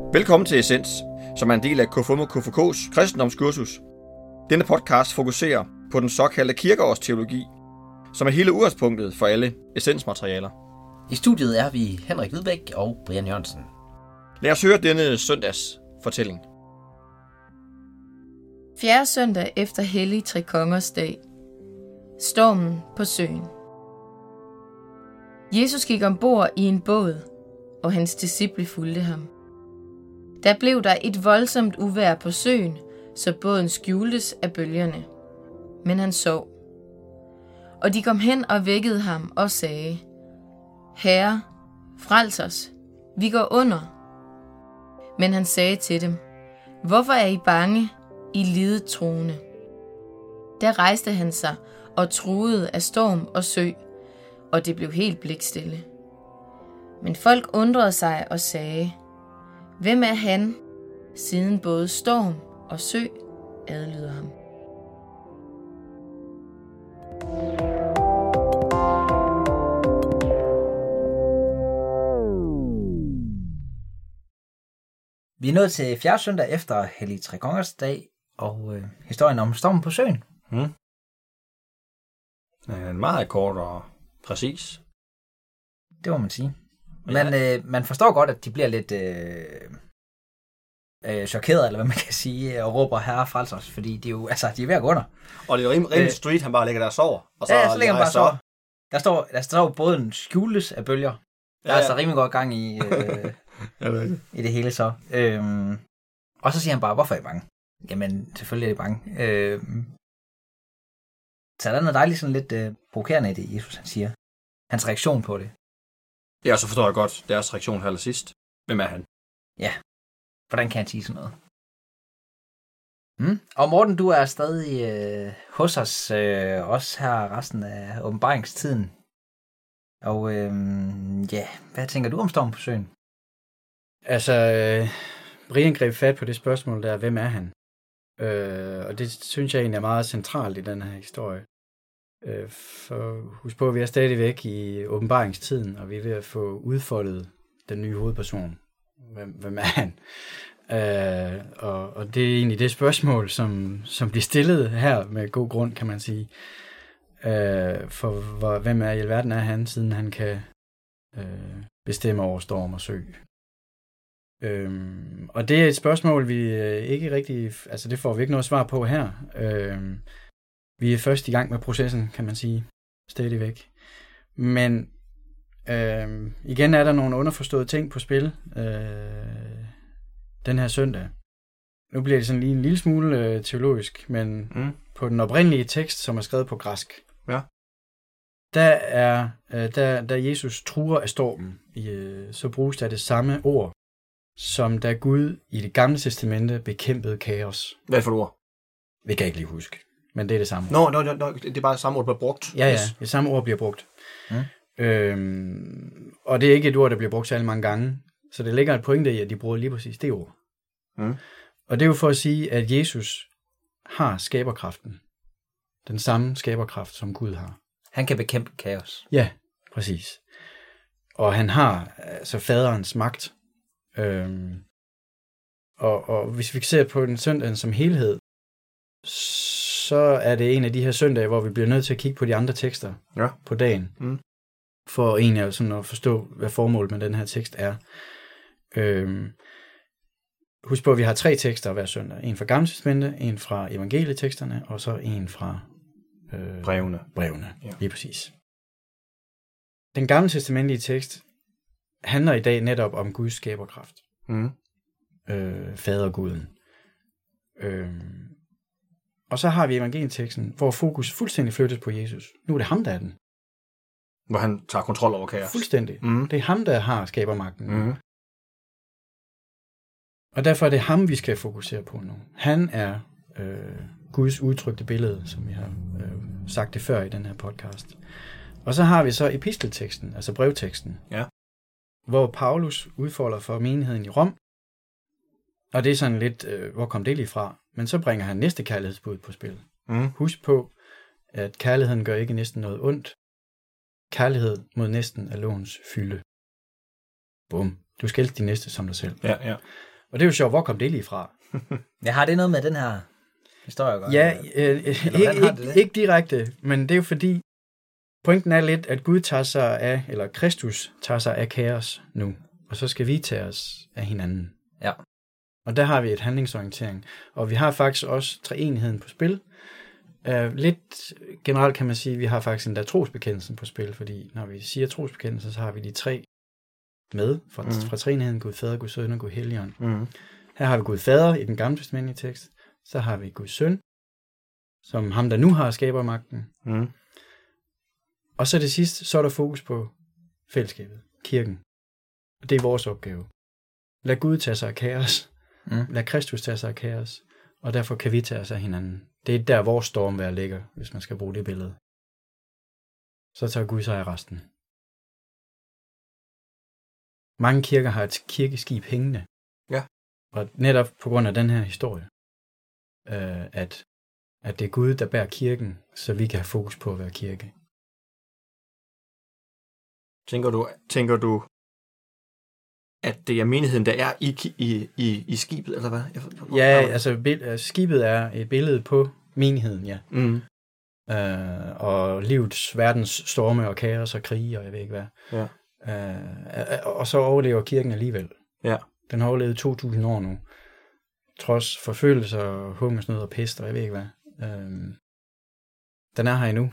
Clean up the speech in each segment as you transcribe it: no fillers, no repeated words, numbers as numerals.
Velkommen til Essens, som er en del af KFUM og KFK's kristendomskursus. Denne podcast fokuserer på den såkaldte kirkeårsteologi, som er hele udgangspunktet for alle essensmaterialer. I studiet er vi Henrik Hvidbæk og Brian Jørgensen. Lad os høre denne søndags fortælling. 4. søndag efter Hellig Tre Kongers dag. Stormen på søen. Jesus gik ombord i en båd, og hans disciple fulgte ham. Der blev der et voldsomt uvejr på søen, så båden skjultes af bølgerne. Men han sov. Og de kom hen og vækkede ham og sagde: Herre, frels os, vi går under. Men han sagde til dem: Hvorfor er I bange, I lidet troende? Der rejste han sig og truede af storm og sø, og det blev helt blikstille. Men folk undrede sig og sagde: Hvem er han, siden både storm og sø adlyder ham? Vi er nået til 4. søndag efter Hellig Tre Kongers dag, og historien om stormen på søen. Meget kort og præcis. Det må man sige. Men man forstår godt, at de bliver lidt chokeret, eller hvad man kan sige, og råber herre frels os, fordi de er jo, altså, de er ved at gå under. Og det er jo rimelig street, han bare ligger der og sover. Og så, så ligger han bare og sover. Der står båden skjules af bølger. Der er altså rimelig godt gang i, i det hele så. Og så siger han bare, hvorfor er I bange? Jamen, selvfølgelig er I bange. Så der er noget dejligt sådan lidt provokerende i det, Jesus han siger. Hans reaktion på det. Ja, så forstår jeg godt deres reaktion her allersidst. Hvem er han? Ja, hvordan kan han sige sådan noget? Og Morten, du er stadig hos os, også her resten af åbenbaringstiden. Og hvad tænker du om stormen på søen? Altså, Brian greb fat på det spørgsmål der, hvem er han? Og det synes jeg egentlig er meget centralt i den her historie. For husk på, at vi er stadigvæk i åbenbaringstiden, og vi er ved at få udfoldet den nye hovedperson. Hvem er han? Og det er egentlig det spørgsmål, som bliver stillet her med god grund, kan man sige. For hvem er i alverden er han, siden han kan bestemme over storm og sø? Og det er et spørgsmål, vi ikke rigtig, altså det får vi ikke noget svar på her. Vi er først i gang med processen, kan man sige, stadigvæk. Men igen er der nogle underforståede ting på spil den her søndag. Nu bliver det sådan lige en lille smule teologisk, men på den oprindelige tekst, som er skrevet på græsk, der Jesus truer af stormen, så bruges der det samme ord, som da Gud i det gamle testamente bekæmpede kaos. Hvad for et ord? Det kan jeg ikke lige huske, men det er det samme. Nå, det er bare det samme ord, der bliver brugt. Ja, det samme ord bliver brugt. Og det er ikke et ord, der bliver brugt særlig mange gange, så det ligger et pointe i, at de bruger lige præcis det ord. Og det er jo for at sige, at Jesus har skaberkraften. Den samme skaberkraft, som Gud har. Han kan bekæmpe kaos. Ja, præcis. Og han har altså faderens magt. Og hvis vi ser på den søndagen som helhed, så er det en af de her søndage, hvor vi bliver nødt til at kigge på de andre tekster på dagen. For egentlig sådan at forstå, hvad formålet med den her tekst er. Husk på, at vi har 3 tekster hver søndag. En fra Gamle Testamente, en fra evangelieteksterne, og så en fra brevene. Ja. Lige præcis. Den gamle testamentlige tekst handler i dag netop om Guds skaberkraft. Faderguden. Og så har vi evangelieteksten, hvor fokus fuldstændig flyttes på Jesus. Nu er det ham, der er den. Hvor han tager kontrol over kaos. Fuldstændig. Det er ham, der har skabermagten. Og derfor er det ham, vi skal fokusere på nu. Han er Guds udtrykte billede, som vi har sagt det før i den her podcast. Og så har vi så epistelteksten, altså brevteksten, hvor Paulus udfolder for menigheden i Rom. Og det er sådan lidt, hvor kom det lige fra? Men så bringer han næste kærlighedsbud på spil. Husk på, at kærligheden gør ikke næsten noget ondt. Kærlighed mod næsten er lovens fylde. Bum. Du skal elske din næste som dig selv. Ja. Og det er jo sjovt, hvor kom det lige fra? Jeg har det noget med den her historie at gøre? Ja, ikke direkte, men det er jo fordi, pointen er lidt, at Gud tager sig af, eller Kristus tager sig af kaos nu, og så skal vi tage os af hinanden. Ja. Og der har vi et handlingsorientering, og vi har faktisk også treenigheden på spil. Lidt generelt kan man sige, at vi har faktisk endda trosbekendelsen på spil, fordi når vi siger trosbekendelse, så har vi de 3 med fra treenigheden, Gud Fader, Gud Søn og Gud Helligånd. Her har vi Gud Fader i den gamle testamentlige tekst, så har vi Gud Søn, som ham, der nu har skabermagten. Og så det sidste, så er der fokus på fællesskabet, kirken. Og det er vores opgave. Lad Gud tage sig af kaos. Lad Kristus tage sig af kaos. Og derfor kan vi tage os af hinanden. Det er der, vores stormvejr ligger, hvis man skal bruge det billede. Så tager Gud sig af resten. Mange kirker har et kirkeskib hængende. Ja. Og netop på grund af den her historie, at det er Gud, der bærer kirken, så vi kan have fokus på at være kirke. Tænker du, at det er menigheden, der er i skibet, eller hvad? Ja, altså skibet er et billede på menigheden, ja. Og livets, verdens storme og kaos og krige, og jeg ved ikke hvad. Ja. Og så overlever kirken alligevel. Ja. Den har overlevet 2000 år nu. Trods forfølgelser, hungersnød og pest, og jeg ved ikke hvad. Den er her endnu.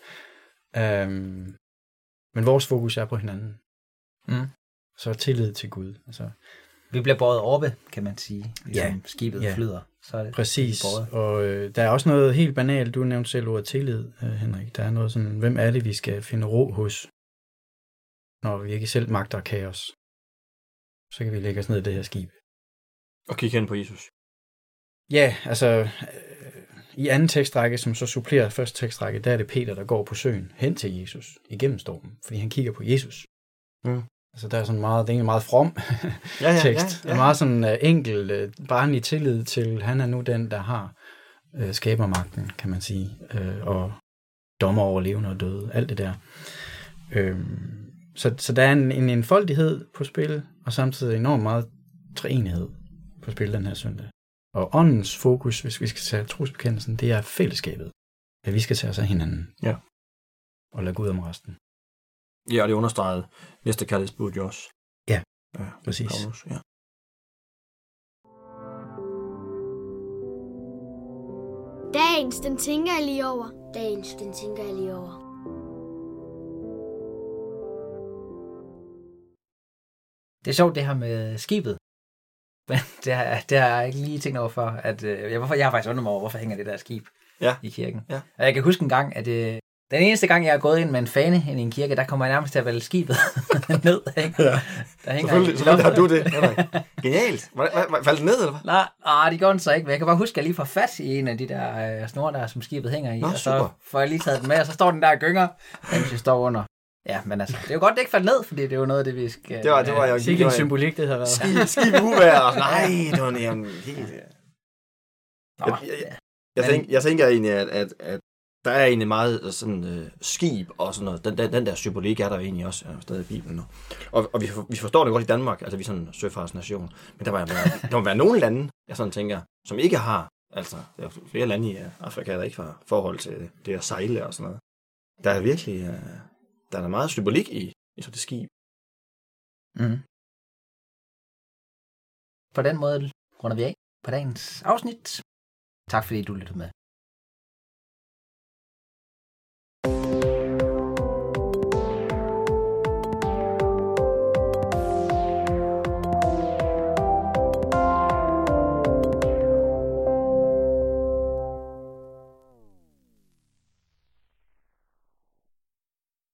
Men vores fokus er på hinanden. Så tillid til Gud. Altså, vi bliver båret oppe, kan man sige, ligesom skibet flyder. Så er det præcis. Og der er også noget helt banalt. Du nævnte selv ordet tillid, Henrik. Der er noget sådan, hvem er det, vi skal finde ro hos, når vi ikke selv magter kaos? Så kan vi lægge os ned i det her skib. Og kigge hen på Jesus. Ja, altså i anden tekstrække, som så supplerer første tekstrække, der er det Peter, der går på søen hen til Jesus igennem stormen, fordi han kigger på Jesus. Altså der er sådan meget, det er egentlig meget from tekst. Ja. Meget sådan enkel, barnlig tillid til, han er nu den, der har skabermagten, kan man sige, og dommer over levende og døde, alt det der. Så der er en enfoldighed på spil, og samtidig enormt meget treenighed på spil den her søndag. Og åndens fokus, hvis vi skal tage trosbekendelsen, det er fællesskabet. At vi skal tage os af hinanden. Ja. Og lade Gud om resten. Ja, og det understregede næste kærlighedsbud jo også. Ja, præcis. Paulus, ja. Dagens, den tænker jeg lige over. Dagens, den tænker jeg lige over. Det er sjovt, det her med skibet. Men det har jeg ikke lige tænkt over før. Jeg har faktisk undret mig over, hvorfor hænger det der skib i kirken. Ja. Og jeg kan huske en gang, at den eneste gang, jeg er gået ind med en fane ind i en kirke, der kommer jeg nærmest til at vælge skibet ned. Der hænger selvfølgelig har du det. Genialt. Faldt det ned, eller hvad? Nej, det gjorde den så ikke. Men jeg kan bare huske, at jeg lige får fat i en af de der snore, der som skibet hænger i. Nå, og så får jeg lige taget den med, og så står den der og gynger, mens jeg står under. Ja, men altså, det er jo godt, det ikke faldt ned, fordi det er jo noget af det, vi skal... Det var jo ikke en symbolik, det har været. Skib uvejr. Nej, det var helt... Jeg tænker egentlig, at der er egentlig meget sådan skib og sådan noget. Den der symbolik er der jo egentlig også stadig i Bibelen. Og vi forstår det godt i Danmark, altså vi er sådan en søfartsnation. Men der må være nogle lande, jeg sådan tænker, som ikke har, altså der er flere lande i Afrika, der ikke har forhold til det at sejle og sådan noget. Der er virkelig, der er meget symbolik i så det skib. På den måde runder vi af på dagens afsnit. Tak fordi du lyttede med.